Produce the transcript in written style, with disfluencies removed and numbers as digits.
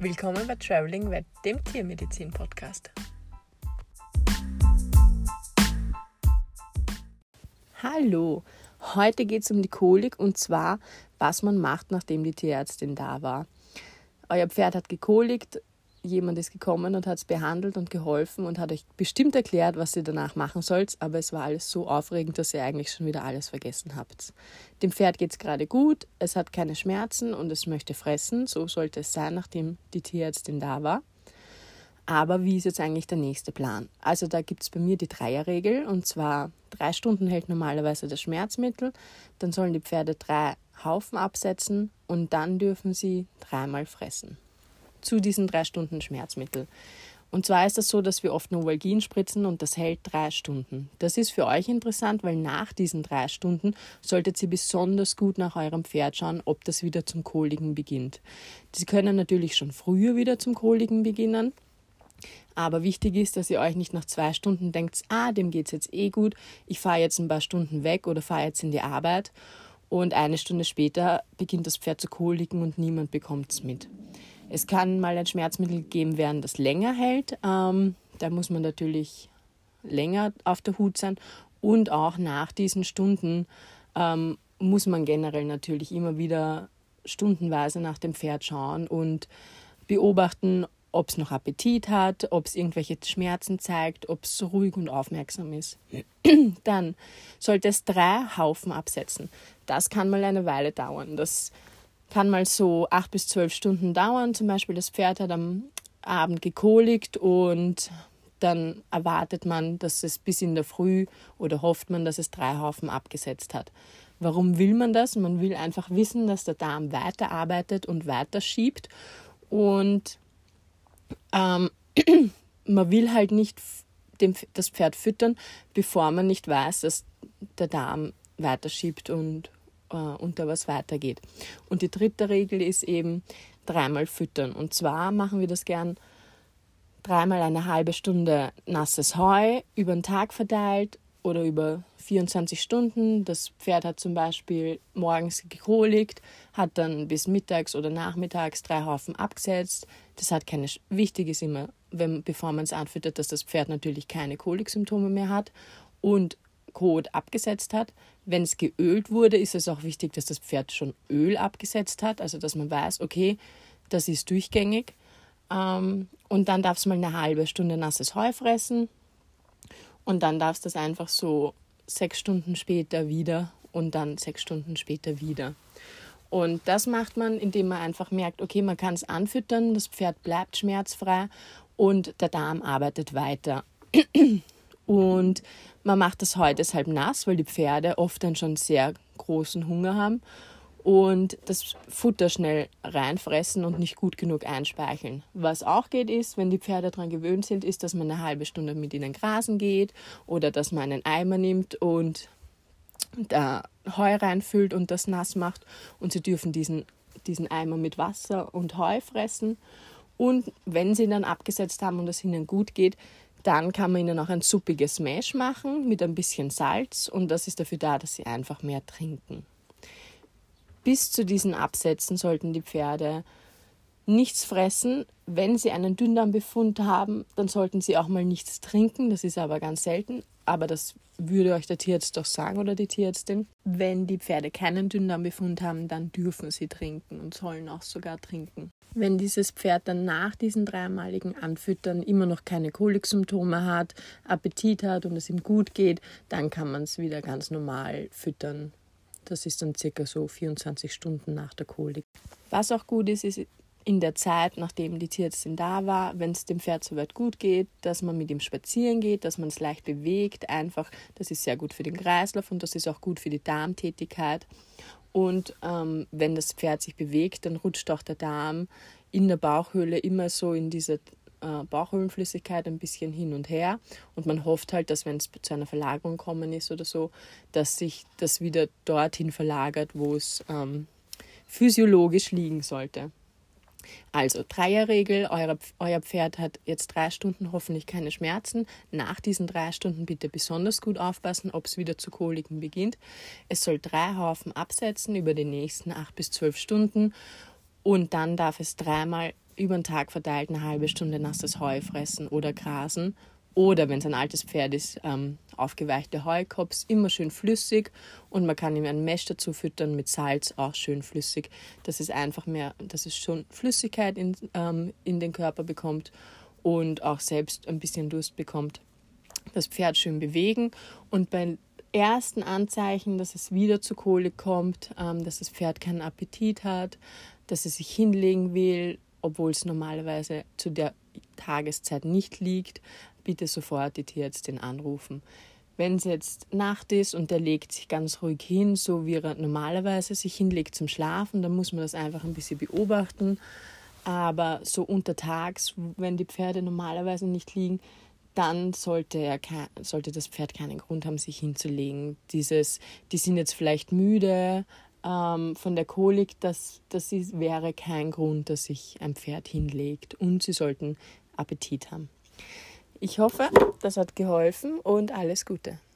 Willkommen bei Traveling Vet, dem Tiermedizin-Podcast. Hallo, heute geht es um die Kolik und zwar, was man macht, nachdem die Tierärztin da war. Euer Pferd hat gekolikt, jemand ist gekommen und hat es behandelt und geholfen und hat euch bestimmt erklärt, was ihr danach machen sollt, aber es war alles so aufregend, dass ihr eigentlich schon wieder alles vergessen habt. Dem Pferd geht es gerade gut, es hat keine Schmerzen und es möchte fressen, so sollte es sein, nachdem die Tierärztin da war. Aber wie ist jetzt eigentlich der nächste Plan? Also da gibt es bei mir die Dreierregel und zwar 3 Stunden hält normalerweise das Schmerzmittel, dann sollen die Pferde 3 Haufen absetzen und dann dürfen sie 3-mal fressen. Zu diesen 3 Stunden Schmerzmittel. Und zwar ist das so, dass wir oft Novalgin spritzen und das hält 3 Stunden. Das ist für euch interessant, weil nach diesen 3 Stunden solltet ihr besonders gut nach eurem Pferd schauen, ob das wieder zum Koliken beginnt. Sie können natürlich schon früher wieder zum Koliken beginnen, aber wichtig ist, dass ihr euch nicht nach 2 Stunden denkt, dem geht es jetzt gut, ich fahre jetzt ein paar Stunden weg oder fahre jetzt in die Arbeit und 1 Stunde später beginnt das Pferd zu koliken und niemand bekommt es mit. Es kann mal ein Schmerzmittel gegeben werden, das länger hält. Da muss man natürlich länger auf der Hut sein. Und auch nach diesen Stunden muss man generell natürlich immer wieder stundenweise nach dem Pferd schauen und beobachten, ob es noch Appetit hat, ob es irgendwelche Schmerzen zeigt, ob es ruhig und aufmerksam ist. Dann sollte es 3 Haufen absetzen. Das kann mal eine Weile dauern. Das kann mal so 8 bis 12 Stunden dauern. Zum Beispiel das Pferd hat am Abend gekolikt und dann erwartet man, dass es bis in der Früh oder hofft man, dass es 3 Haufen abgesetzt hat. Warum will man das? Man will einfach wissen, dass der Darm weiterarbeitet und weiter schiebt und man will halt nicht das Pferd füttern, bevor man nicht weiß, dass der Darm weiterschiebt und unter was weitergeht. Und die 3. Regel ist eben 3-mal füttern. Und zwar machen wir das gern 3-mal eine halbe Stunde nasses Heu über den Tag verteilt oder über 24 Stunden. Das Pferd hat zum Beispiel morgens gekolikt, hat dann bis mittags oder nachmittags 3 Haufen abgesetzt. Das hat wichtig ist immer, bevor man es anfüttert, dass das Pferd natürlich keine Koliksymptome mehr hat und Kot abgesetzt hat. Wenn es geölt wurde, ist es auch wichtig, dass das Pferd schon Öl abgesetzt hat, also dass man weiß, okay, das ist durchgängig. Und dann darf es mal eine halbe Stunde nasses Heu fressen und dann darf es das einfach so 6 Stunden später wieder und dann 6 Stunden später wieder. Und das macht man, indem man einfach merkt, okay, man kann es anfüttern, das Pferd bleibt schmerzfrei und der Darm arbeitet weiter. Und man macht das Heu deshalb nass, weil die Pferde oft dann schon sehr großen Hunger haben und das Futter schnell reinfressen und nicht gut genug einspeicheln. Was auch geht ist, wenn die Pferde daran gewöhnt sind, ist, dass man eine halbe Stunde mit ihnen grasen geht oder dass man einen Eimer nimmt und da Heu reinfüllt und das nass macht und sie dürfen diesen Eimer mit Wasser und Heu fressen. Und wenn sie dann abgesetzt haben und es ihnen gut geht, dann kann man ihnen auch ein suppiges Mash machen mit ein bisschen Salz und das ist dafür da, dass sie einfach mehr trinken. Bis zu diesen Absätzen sollten die Pferde nichts fressen. Wenn sie einen Dünndarmbefund haben, dann sollten sie auch mal nichts trinken. Das ist aber ganz selten. Aber das würde euch der Tierarzt doch sagen oder die Tierärztin. Wenn die Pferde keinen Dünndarmbefund haben, dann dürfen sie trinken und sollen auch sogar trinken. Wenn dieses Pferd dann nach diesen 3-maligen Anfüttern immer noch keine Koliksymptome hat, Appetit hat und es ihm gut geht, dann kann man es wieder ganz normal füttern. Das ist dann circa so 24 Stunden nach der Kolik. Was auch gut ist in der Zeit, nachdem die Tierärztin da war, wenn es dem Pferd soweit gut geht, dass man mit ihm spazieren geht, dass man es leicht bewegt, einfach, das ist sehr gut für den Kreislauf und das ist auch gut für die Darmtätigkeit. Und wenn das Pferd sich bewegt, dann rutscht auch der Darm in der Bauchhöhle immer so in diese Bauchhöhlenflüssigkeit ein bisschen hin und her. Und man hofft halt, dass wenn es zu einer Verlagerung gekommen ist oder so, dass sich das wieder dorthin verlagert, wo es physiologisch liegen sollte. Also Dreierregel, euer Pferd hat jetzt 3 Stunden hoffentlich keine Schmerzen. Nach diesen 3 Stunden bitte besonders gut aufpassen, ob es wieder zu Koliken beginnt. Es soll 3 Haufen absetzen über die nächsten 8 bis 12 Stunden und dann darf es 3-mal über den Tag verteilt eine halbe Stunde nasses Heu fressen oder grasen. Oder wenn es ein altes Pferd ist, aufgeweichte Heukops, immer schön flüssig, und man kann ihm ein Mesh dazu füttern mit Salz, auch schön flüssig. Das ist einfach mehr, dass es schon Flüssigkeit in den Körper bekommt und auch selbst ein bisschen Durst bekommt. Das Pferd schön bewegen, und bei ersten Anzeichen, dass es wieder zu Kolik kommt, dass das Pferd keinen Appetit hat, dass es sich hinlegen will, obwohl es normalerweise zu der Tageszeit nicht liegt, bitte sofort die Tierärztin anrufen. Wenn es jetzt Nacht ist und der legt sich ganz ruhig hin, so wie er normalerweise sich hinlegt zum Schlafen, dann muss man das einfach ein bisschen beobachten. Aber so untertags, wenn die Pferde normalerweise nicht liegen, dann sollte das Pferd keinen Grund haben, sich hinzulegen. Die sind jetzt vielleicht müde von der Kolik, das wäre kein Grund, dass sich ein Pferd hinlegt, und sie sollten Appetit haben. Ich hoffe, das hat geholfen, und alles Gute.